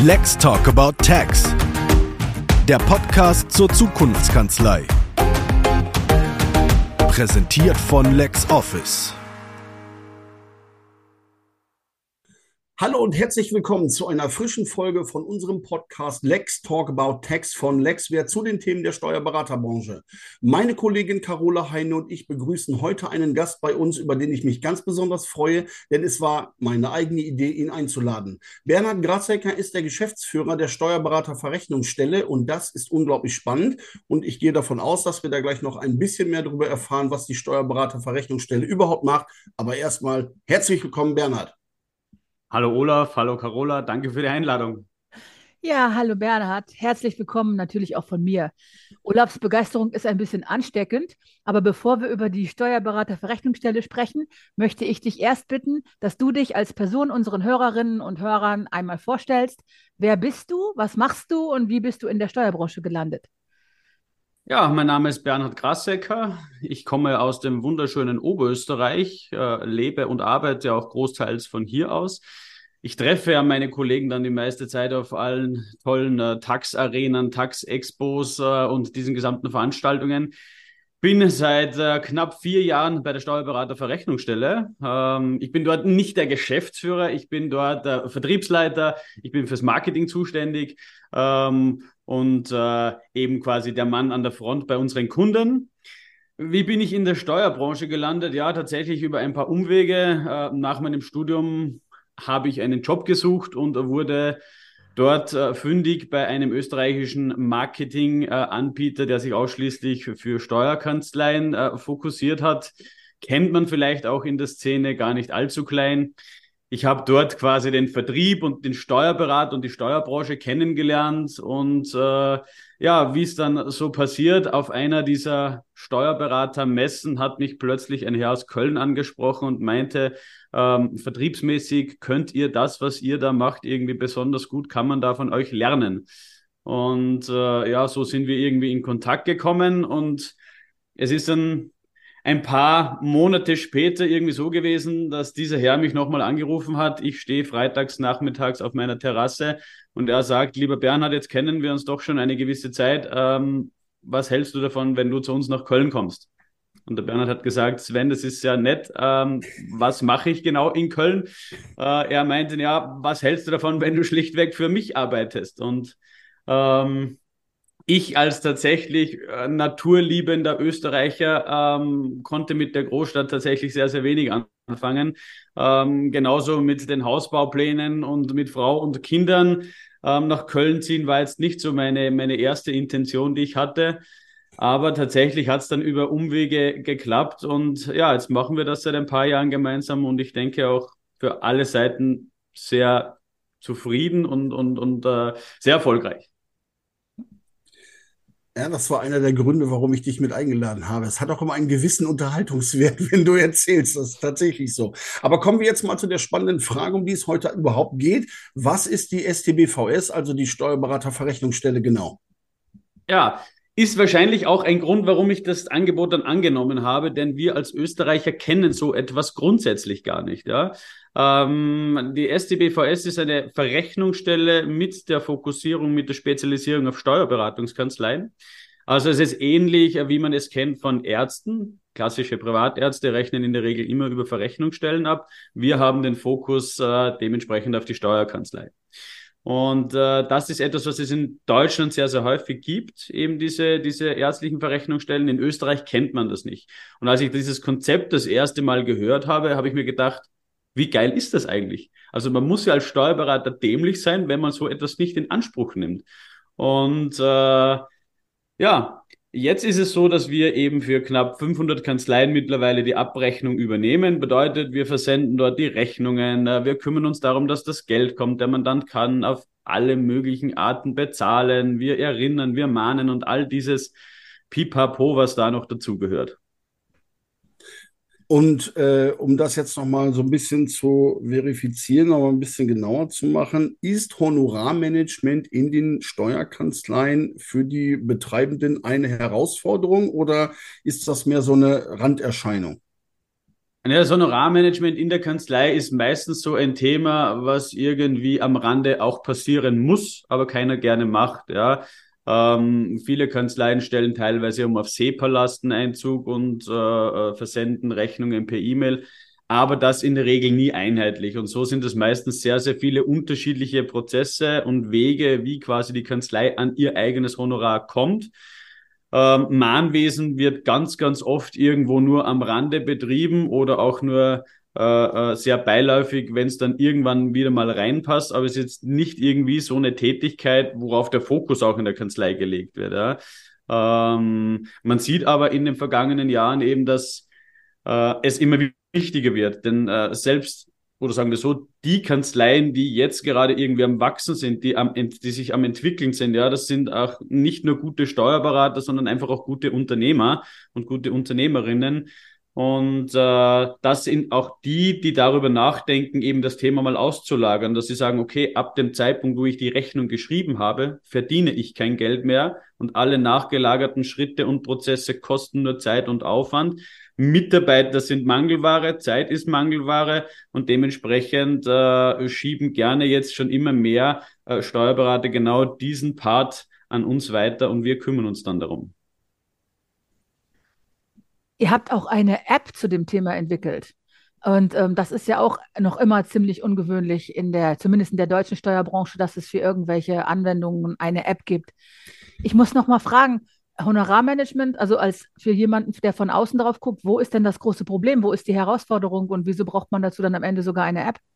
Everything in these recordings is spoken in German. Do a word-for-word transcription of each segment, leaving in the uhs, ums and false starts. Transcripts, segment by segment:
Let's Talk About Tax. Der Podcast zur Zukunftskanzlei. Präsentiert von LexOffice. Hallo und herzlich willkommen zu einer frischen Folge von unserem Podcast Let's Talk About Tax von LexWare zu den Themen der Steuerberaterbranche. Meine Kollegin Carola Heine und ich begrüßen heute einen Gast bei uns, über den ich mich ganz besonders freue, denn es war meine eigene Idee, ihn einzuladen. Bernhard Grasecker ist der Geschäftsführer der Steuerberaterverrechnungsstelle und das ist unglaublich spannend und ich gehe davon aus, dass wir da gleich noch ein bisschen mehr darüber erfahren, was die Steuerberaterverrechnungsstelle überhaupt macht. Aber erstmal herzlich willkommen, Bernhard. Hallo Olaf, hallo Carola, danke für die Einladung. Ja, hallo Bernhard, herzlich willkommen natürlich auch von mir. Olafs Begeisterung ist ein bisschen ansteckend, aber bevor wir über die Steuerberaterverrechnungsstelle sprechen, möchte ich dich erst bitten, dass du dich als Person unseren Hörerinnen und Hörern einmal vorstellst. Wer bist du, was machst du und wie bist du in der Steuerbranche gelandet? Ja, mein Name ist Bernhard Grasecker. Ich komme aus dem wunderschönen Oberösterreich, äh, lebe und arbeite auch großteils von hier aus. Ich treffe ja meine Kollegen dann die meiste Zeit auf allen tollen äh, Tax-Arenen, Tax-Expos äh, und diesen gesamten Veranstaltungen. Bin seit äh, knapp vier Jahren bei der Steuerberaterverrechnungsstelle. Ähm, ich bin dort nicht der Geschäftsführer, ich bin dort der Vertriebsleiter, ich bin fürs Marketing zuständig ähm, und äh, eben quasi der Mann an der Front bei unseren Kunden. Wie bin ich in der Steuerbranche gelandet? Ja, tatsächlich über ein paar Umwege. Äh, nach meinem Studium habe ich einen Job gesucht und wurde dort äh, fündig bei einem österreichischen Marketing-Anbieter, äh, der sich ausschließlich für, für Steuerkanzleien äh, fokussiert hat. Kennt man vielleicht auch in der Szene, gar nicht allzu klein. Ich habe dort quasi den Vertrieb und den Steuerberat und die Steuerbranche kennengelernt und äh, ja, wie es dann so passiert, auf einer dieser Steuerberatermessen hat mich plötzlich ein Herr aus Köln angesprochen und meinte, ähm, vertriebsmäßig könnt ihr das, was ihr da macht, irgendwie besonders gut, kann man da von euch lernen. Und äh, ja, so sind wir irgendwie in Kontakt gekommen und es ist dann ein paar Monate später irgendwie so gewesen, dass dieser Herr mich nochmal angerufen hat. Ich stehe freitags nachmittags auf meiner Terrasse und er sagt, lieber Bernhard, jetzt kennen wir uns doch schon eine gewisse Zeit. Ähm, was hältst du davon, wenn du zu uns nach Köln kommst? Und der Bernhard hat gesagt, Sven, das ist sehr nett. Ähm, was mache ich genau in Köln? Äh, er meinte, ja, was hältst du davon, wenn du schlichtweg für mich arbeitest? Und ähm, ich als tatsächlich äh, naturliebender Österreicher ähm, konnte mit der Großstadt tatsächlich sehr, sehr wenig anfangen. Ähm, genauso mit den Hausbauplänen und mit Frau und Kindern ähm, nach Köln ziehen war jetzt nicht so meine, meine erste Intention, die ich hatte. Aber tatsächlich hat es dann über Umwege geklappt. Und ja, jetzt machen wir das seit ein paar Jahren gemeinsam und ich denke auch für alle Seiten sehr zufrieden und, und, und äh, sehr erfolgreich. Ja, das war einer der Gründe, warum ich dich mit eingeladen habe. Es hat auch immer einen gewissen Unterhaltungswert, wenn du erzählst. Das ist tatsächlich so. Aber kommen wir jetzt mal zu der spannenden Frage, um die es heute überhaupt geht. Was ist die S T B V S, also die Steuerberaterverrechnungsstelle, genau? Ja, ist wahrscheinlich auch ein Grund, warum ich das Angebot dann angenommen habe, denn wir als Österreicher kennen so etwas grundsätzlich gar nicht. Ja, ähm, die S T B V S ist eine Verrechnungsstelle mit der Fokussierung, mit der Spezialisierung auf Steuerberatungskanzleien. Also es ist ähnlich, wie man es kennt von Ärzten. Klassische Privatärzte rechnen in der Regel immer über Verrechnungsstellen ab. Wir haben den Fokus äh, dementsprechend auf die Steuerkanzlei. Und äh, das ist etwas, was es in Deutschland sehr, sehr häufig gibt, eben diese, diese ärztlichen Verrechnungsstellen. In Österreich kennt man das nicht. Und als ich dieses Konzept das erste Mal gehört habe, habe ich mir gedacht, wie geil ist das eigentlich? Also man muss ja als Steuerberater dämlich sein, wenn man so etwas nicht in Anspruch nimmt. Und äh, ja, jetzt ist es so, dass wir eben für knapp fünfhundert Kanzleien mittlerweile die Abrechnung übernehmen. Bedeutet, wir versenden dort die Rechnungen, äh, wir kümmern uns darum, dass das Geld kommt. Der Mandant kann auf alle möglichen Arten bezahlen. Wir erinnern, wir mahnen und all dieses Pipapo, was da noch dazugehört. Und äh, um das jetzt nochmal so ein bisschen zu verifizieren, aber ein bisschen genauer zu machen, ist Honorarmanagement in den Steuerkanzleien für die Betreibenden eine Herausforderung oder ist das mehr so eine Randerscheinung? Ja, das Honorarmanagement in der Kanzlei ist meistens so ein Thema, was irgendwie am Rande auch passieren muss, aber keiner gerne macht. Ja, ähm, viele Kanzleien stellen teilweise um auf SEPA-Lasten Einzug und äh, äh, versenden Rechnungen per E-Mail, aber das in der Regel nie einheitlich. Und so sind es meistens sehr, sehr viele unterschiedliche Prozesse und Wege, wie quasi die Kanzlei an ihr eigenes Honorar kommt. Ähm, Mahnwesen wird ganz, ganz oft irgendwo nur am Rande betrieben oder auch nur äh, äh, sehr beiläufig, wenn es dann irgendwann wieder mal reinpasst. Aber es ist jetzt nicht irgendwie so eine Tätigkeit, worauf der Fokus auch in der Kanzlei gelegt wird. Ja. Ähm, man sieht aber in den vergangenen Jahren eben, dass äh, es immer wichtiger wird. Denn äh, selbst, oder sagen wir so, die Kanzleien, die jetzt gerade irgendwie am Wachsen sind, die, am, die sich am entwickeln sind, ja, das sind auch nicht nur gute Steuerberater, sondern einfach auch gute Unternehmer und gute Unternehmerinnen. Und äh, das sind auch die, die darüber nachdenken, eben das Thema mal auszulagern, dass sie sagen, okay, ab dem Zeitpunkt, wo ich die Rechnung geschrieben habe, verdiene ich kein Geld mehr und alle nachgelagerten Schritte und Prozesse kosten nur Zeit und Aufwand. Mitarbeiter sind Mangelware, Zeit ist Mangelware und dementsprechend äh, schieben gerne jetzt schon immer mehr äh, Steuerberater genau diesen Part an uns weiter und wir kümmern uns dann darum. Ihr habt auch eine App zu dem Thema entwickelt. Und ähm, das ist ja auch noch immer ziemlich ungewöhnlich in der, zumindest in der deutschen Steuerbranche, dass es für irgendwelche Anwendungen eine App gibt. Ich muss noch mal fragen, Honorarmanagement, also als für jemanden, der von außen drauf guckt, wo ist denn das große Problem? Wo ist die Herausforderung und wieso braucht man dazu dann am Ende sogar eine App?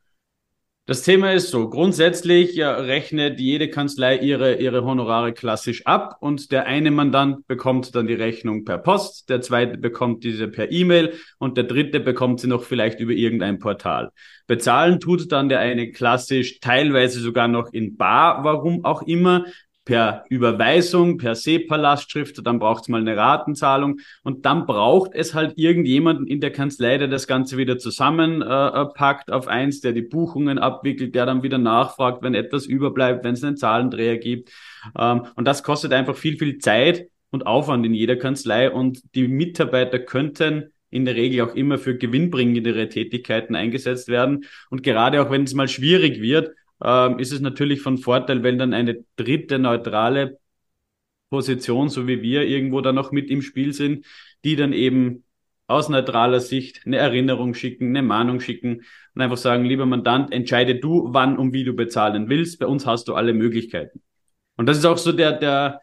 Das Thema ist so, grundsätzlich ja, rechnet jede Kanzlei ihre, ihre Honorare klassisch ab und der eine Mandant bekommt dann die Rechnung per Post, der zweite bekommt diese per E-Mail und der dritte bekommt sie noch vielleicht über irgendein Portal. Bezahlen tut dann der eine klassisch, teilweise sogar noch in bar, warum auch immer, per Überweisung, per SEPA-Lastschrift, dann braucht es mal eine Ratenzahlung und dann braucht es halt irgendjemanden in der Kanzlei, der das Ganze wieder zusammenpackt äh, auf eins, der die Buchungen abwickelt, der dann wieder nachfragt, wenn etwas überbleibt, wenn es einen Zahlendreher gibt. Ähm, und das kostet einfach viel, viel Zeit und Aufwand in jeder Kanzlei und die Mitarbeiter könnten in der Regel auch immer für gewinnbringendere Tätigkeiten eingesetzt werden. Und gerade auch wenn es mal schwierig wird, ähm, ist es natürlich von Vorteil, wenn dann eine dritte neutrale Position, so wie wir, irgendwo da noch mit im Spiel sind, die dann eben aus neutraler Sicht eine Erinnerung schicken, eine Mahnung schicken und einfach sagen, lieber Mandant, entscheide du, wann und wie du bezahlen willst. Bei uns hast du alle Möglichkeiten. Und das ist auch so der, der,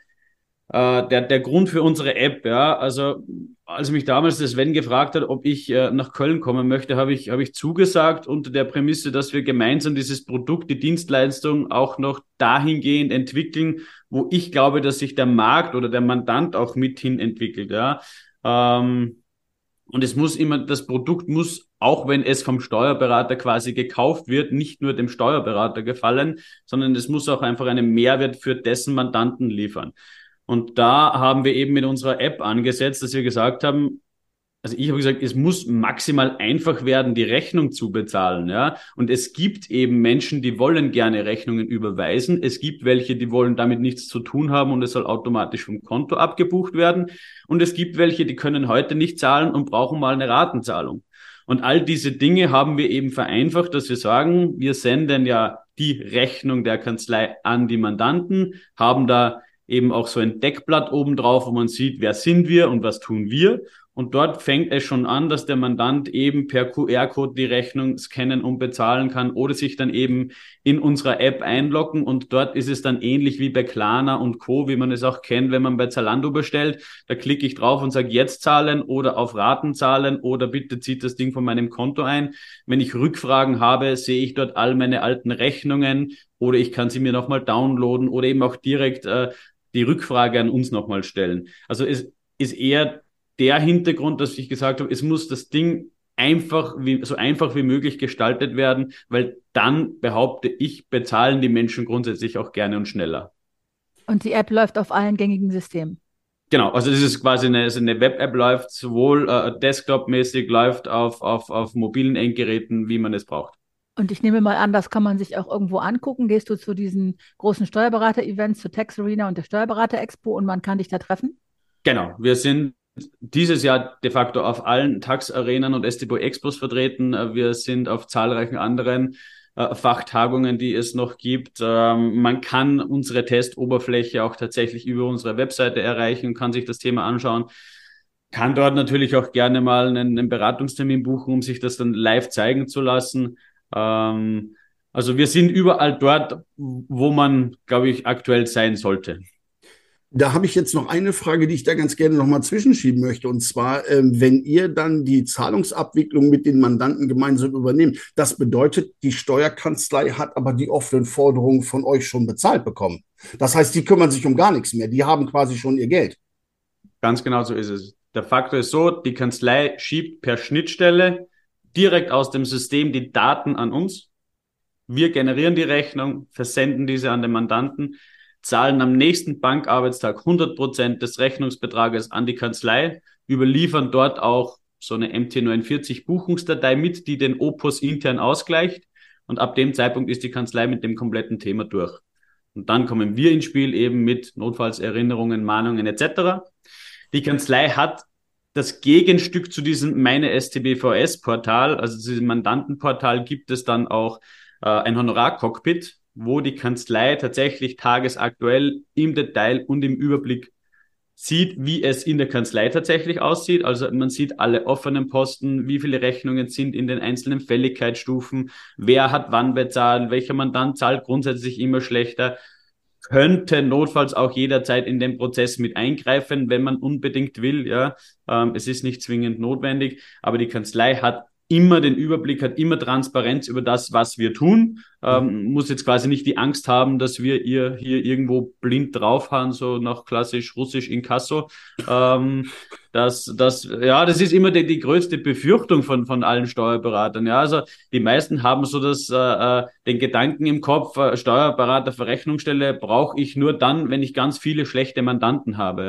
äh, der, der Grund für unsere App, ja. Also, als mich damals der Sven gefragt hat, ob ich äh, nach Köln kommen möchte, habe ich, habe ich zugesagt unter der Prämisse, dass wir gemeinsam dieses Produkt, die Dienstleistung auch noch dahingehend entwickeln, wo ich glaube, dass sich der Markt oder der Mandant auch mithin entwickelt, ja. Ähm, und es muss immer, das Produkt muss, auch wenn es vom Steuerberater quasi gekauft wird, nicht nur dem Steuerberater gefallen, sondern es muss auch einfach einen Mehrwert für dessen Mandanten liefern. Und da haben wir eben mit unserer App angesetzt, dass wir gesagt haben, also ich habe gesagt, es muss maximal einfach werden, die Rechnung zu bezahlen, ja. Und es gibt eben Menschen, die wollen gerne Rechnungen überweisen. Es gibt welche, die wollen damit nichts zu tun haben und es soll automatisch vom Konto abgebucht werden. Und es gibt welche, die können heute nicht zahlen und brauchen mal eine Ratenzahlung. Und all diese Dinge haben wir eben vereinfacht, dass wir sagen, wir senden ja die Rechnung der Kanzlei an die Mandanten, haben da eben auch so ein Deckblatt oben drauf, wo man sieht, wer sind wir und was tun wir. Und dort fängt es schon an, dass der Mandant eben per Q R-Code die Rechnung scannen und bezahlen kann oder sich dann eben in unserer App einloggen. Und dort ist es dann ähnlich wie bei Klarna und Co., wie man es auch kennt, wenn man bei Zalando bestellt. Da klicke ich drauf und sage jetzt zahlen oder auf Raten zahlen oder bitte zieht das Ding von meinem Konto ein. Wenn ich Rückfragen habe, sehe ich dort all meine alten Rechnungen oder ich kann sie mir nochmal downloaden oder eben auch direkt äh, die Rückfrage an uns nochmal stellen. Also es ist eher der Hintergrund, dass ich gesagt habe, es muss das Ding einfach wie, so einfach wie möglich gestaltet werden, weil dann, behaupte ich, bezahlen die Menschen grundsätzlich auch gerne und schneller. Und die App läuft auf allen gängigen Systemen. Genau, also das ist quasi eine, also eine Web-App, läuft sowohl äh, Desktop-mäßig, läuft auf, auf, auf mobilen Endgeräten, wie man es braucht. Und ich nehme mal an, das kann man sich auch irgendwo angucken. Gehst du zu diesen großen Steuerberater-Events, zur Tax Arena und der Steuerberater-Expo und man kann dich da treffen? Genau, wir sind dieses Jahr de facto auf allen Tax-Arenen und S T B Expos vertreten. Wir sind auf zahlreichen anderen äh, Fachtagungen, die es noch gibt. Ähm, man kann unsere Testoberfläche auch tatsächlich über unsere Webseite erreichen und kann sich das Thema anschauen. Kann dort natürlich auch gerne mal einen, einen Beratungstermin buchen, um sich das dann live zeigen zu lassen. Ähm, also wir sind überall dort, wo man, glaube ich, aktuell sein sollte. Da habe ich jetzt noch eine Frage, die ich da ganz gerne noch mal zwischenschieben möchte. Und zwar, ähm, wenn ihr dann die Zahlungsabwicklung mit den Mandanten gemeinsam übernehmt, das bedeutet, die Steuerkanzlei hat aber die offenen Forderungen von euch schon bezahlt bekommen. Das heißt, die kümmern sich um gar nichts mehr. Die haben quasi schon ihr Geld. Ganz genau so ist es. Der Faktor ist so, die Kanzlei schiebt per Schnittstelle direkt aus dem System die Daten an uns. Wir generieren die Rechnung, versenden diese an den Mandanten, zahlen am nächsten Bankarbeitstag hundert Prozent des Rechnungsbetrages an die Kanzlei, überliefern dort auch so eine M T neunundvierzig Buchungsdatei mit, die den Opus intern ausgleicht. Und ab dem Zeitpunkt ist die Kanzlei mit dem kompletten Thema durch. Und dann kommen wir ins Spiel eben mit Notfallserinnerungen, Mahnungen et cetera. Die Kanzlei hat das Gegenstück zu diesem Meine S T B V S-Portal, also diesem Mandantenportal, gibt es dann auch äh, ein Honorar-Cockpit, wo die Kanzlei tatsächlich tagesaktuell im Detail und im Überblick sieht, wie es in der Kanzlei tatsächlich aussieht. Also man sieht alle offenen Posten, wie viele Rechnungen sind in den einzelnen Fälligkeitsstufen, wer hat wann bezahlt, welcher Mandant zahlt grundsätzlich immer schlechter, könnte notfalls auch jederzeit in den Prozess mit eingreifen, wenn man unbedingt will. Ja, ähm, es ist nicht zwingend notwendig, aber die Kanzlei hat immer den Überblick, hat immer Transparenz über das, was wir tun. Ähm, muss jetzt quasi nicht die Angst haben, dass wir ihr hier irgendwo blind draufhauen, so nach klassisch russisch Inkasso. Ähm, das, das, ja, das ist immer die, die größte Befürchtung von, von allen Steuerberatern. Ja, also die meisten haben so das, äh, den Gedanken im Kopf, äh, Steuerberater, Verrechnungsstelle brauche ich nur dann, wenn ich ganz viele schlechte Mandanten habe.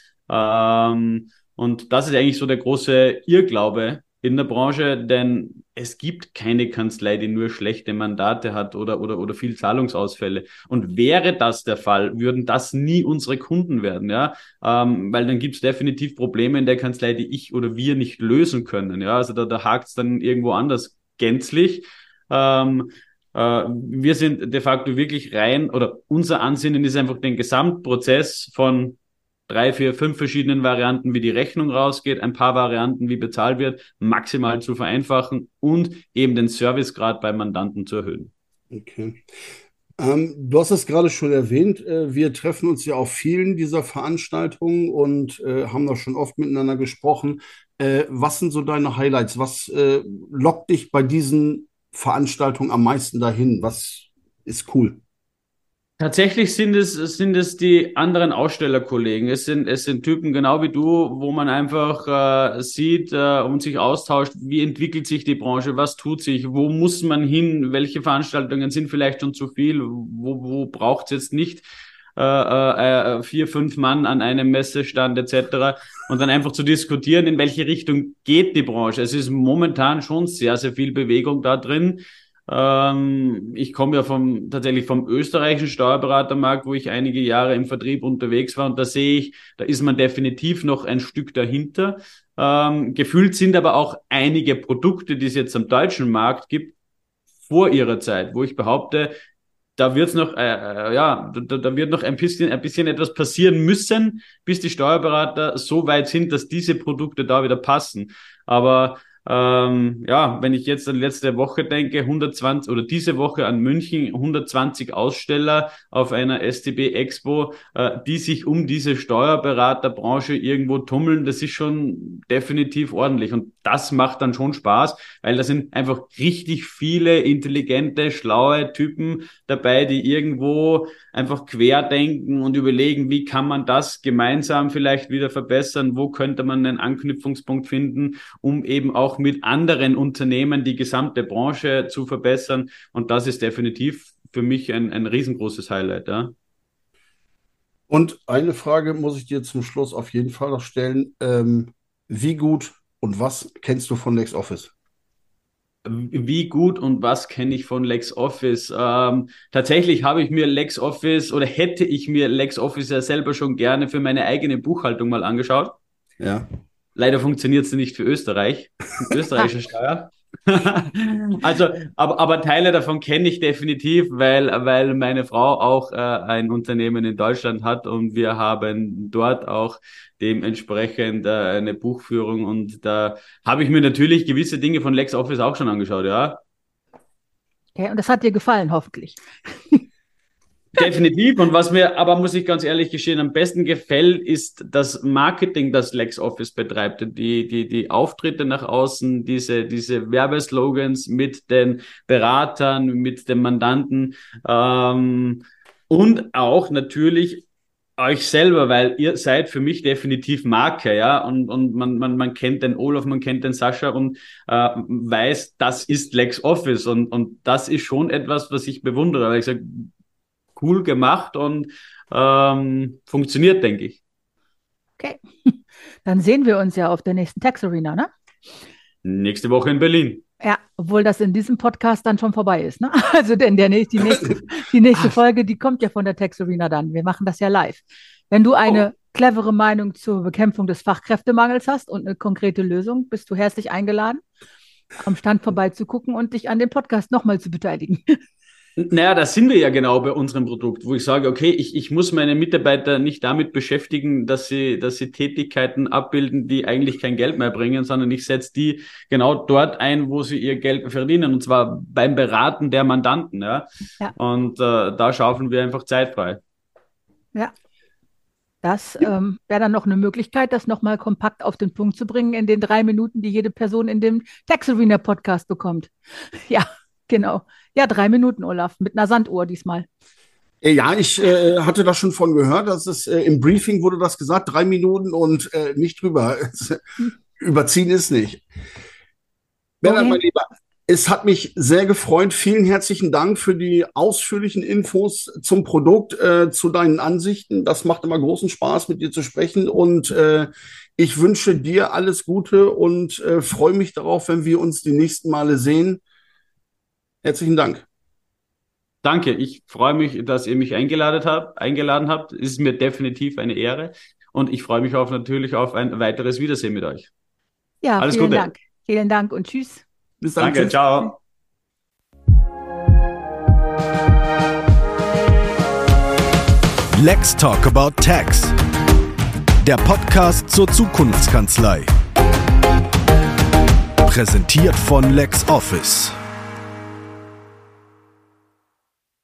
Ja, ähm, und das ist eigentlich so der große Irrglaube in der Branche, denn es gibt keine Kanzlei, die nur schlechte Mandate hat oder, oder, oder viel Zahlungsausfälle. Und wäre das der Fall, würden das nie unsere Kunden werden, ja, ähm, weil dann gibt es definitiv Probleme in der Kanzlei, die ich oder wir nicht lösen können, ja, also da, da hakt es dann irgendwo anders gänzlich. Ähm, äh, wir sind de facto wirklich rein, oder unser Ansinnen ist einfach den Gesamtprozess von drei, vier, fünf verschiedenen Varianten, wie die Rechnung rausgeht, ein paar Varianten, wie bezahlt wird, maximal zu vereinfachen und eben den Servicegrad beim Mandanten zu erhöhen. Okay. Ähm, du hast es gerade schon erwähnt, äh, wir treffen uns ja auf vielen dieser Veranstaltungen und äh, haben da schon oft miteinander gesprochen. Äh, was sind so deine Highlights? Was äh, lockt dich bei diesen Veranstaltungen am meisten dahin? Was ist cool? Tatsächlich sind es, sind es die anderen Ausstellerkollegen. Es sind, es sind Typen genau wie du, wo man einfach äh, sieht äh, und sich austauscht, wie entwickelt sich die Branche, was tut sich, wo muss man hin, welche Veranstaltungen sind vielleicht schon zu viel, wo, wo braucht es jetzt nicht äh, äh, vier, fünf Mann an einem Messestand et cetera. Und dann einfach zu diskutieren, in welche Richtung geht die Branche. Es ist momentan schon sehr, sehr viel Bewegung da drin. Ähm, ich komme ja vom, tatsächlich vom österreichischen Steuerberatermarkt, wo ich einige Jahre im Vertrieb unterwegs war, und da sehe ich, da ist man definitiv noch ein Stück dahinter. Ähm, gefühlt sind aber auch einige Produkte, die es jetzt am deutschen Markt gibt, vor ihrer Zeit, wo ich behaupte, da wird's noch, äh, ja, da, da wird noch ein bisschen, ein bisschen etwas passieren müssen, bis die Steuerberater so weit sind, dass diese Produkte da wieder passen. Aber Ähm, ja, wenn ich jetzt an letzte Woche denke, hundertzwanzig oder diese Woche an München, hundertzwanzig Aussteller auf einer S T B Expo, äh, die sich um diese Steuerberaterbranche irgendwo tummeln, das ist schon definitiv ordentlich. Und das macht dann schon Spaß, weil da sind einfach richtig viele intelligente, schlaue Typen dabei, die irgendwo einfach querdenken und überlegen, wie kann man das gemeinsam vielleicht wieder verbessern, wo könnte man einen Anknüpfungspunkt finden, um eben auch mit anderen Unternehmen die gesamte Branche zu verbessern. Und das ist definitiv für mich ein, ein riesengroßes Highlight. Ja. Und eine Frage muss ich dir zum Schluss auf jeden Fall noch stellen. Ähm, wie gut und was kennst du von LexOffice? Wie gut und was kenne ich von LexOffice? Ähm, tatsächlich habe ich mir LexOffice oder hätte ich mir LexOffice ja selber schon gerne für meine eigene Buchhaltung mal angeschaut. Ja. Leider funktioniert es nicht für Österreich, österreichische Steuer. Also, aber, aber Teile davon kenne ich definitiv, weil, weil meine Frau auch äh, ein Unternehmen in Deutschland hat und wir haben dort auch dementsprechend äh, eine Buchführung und da habe ich mir natürlich gewisse Dinge von LexOffice auch schon angeschaut, ja. Okay, und das hat dir gefallen, hoffentlich. Definitiv. Und was mir aber, muss ich ganz ehrlich gestehen, am besten gefällt, ist das Marketing, das LexOffice betreibt. Die, die, die Auftritte nach außen, diese, diese Werbeslogans mit den Beratern, mit den Mandanten, ähm, und auch natürlich euch selber, weil ihr seid für mich definitiv Marke, ja, und, und man, man, man kennt den Olaf, man kennt den Sascha und äh, weiß, das ist LexOffice und, und das ist schon etwas, was ich bewundere, weil ich sage, cool gemacht und ähm, funktioniert, denke ich. Okay, dann sehen wir uns ja auf der nächsten Tax Arena, ne? Nächste Woche in Berlin. Ja, obwohl das in diesem Podcast dann schon vorbei ist, ne? Also denn der, die nächste, die nächste Folge, die kommt ja von der Tax Arena dann. Wir machen das ja live. Wenn du eine oh. clevere Meinung zur Bekämpfung des Fachkräftemangels hast und eine konkrete Lösung, bist du herzlich eingeladen, am Stand vorbeizugucken und dich an dem Podcast nochmal zu beteiligen. Naja, da sind wir ja genau bei unserem Produkt, wo ich sage, okay, ich, ich muss meine Mitarbeiter nicht damit beschäftigen, dass sie, dass sie Tätigkeiten abbilden, die eigentlich kein Geld mehr bringen, sondern ich setze die genau dort ein, wo sie ihr Geld verdienen, und zwar beim Beraten der Mandanten. Ja? Ja. Und äh, da schaufeln wir einfach Zeit frei. Ja, das ähm, wäre dann noch eine Möglichkeit, das nochmal kompakt auf den Punkt zu bringen in den drei Minuten, die jede Person in dem Tax Arena Podcast bekommt. Ja. Genau. Ja, drei Minuten, Olaf, mit einer Sanduhr diesmal. Ja, ich äh, hatte das schon von gehört, dass es äh, im Briefing wurde das gesagt, drei Minuten und äh, nicht drüber. Überziehen ist nicht. Bernhard, mein Lieber, es hat mich sehr gefreut. Vielen herzlichen Dank für die ausführlichen Infos zum Produkt, äh, zu deinen Ansichten. Das macht immer großen Spaß, mit dir zu sprechen und äh, ich wünsche dir alles Gute und äh, freue mich darauf, wenn wir uns die nächsten Male sehen. Herzlichen Dank. Danke, ich freue mich, dass ihr mich eingeladen habt. Eingeladen habt. Es ist mir definitiv eine Ehre und ich freue mich auch natürlich auf ein weiteres Wiedersehen mit euch. Ja, Alles vielen Gute. Dank. Vielen Dank und tschüss. Bis dann. Danke, tschüss. Ciao. Let's Talk About Tax. Der Podcast zur Zukunftskanzlei. Präsentiert von LexOffice.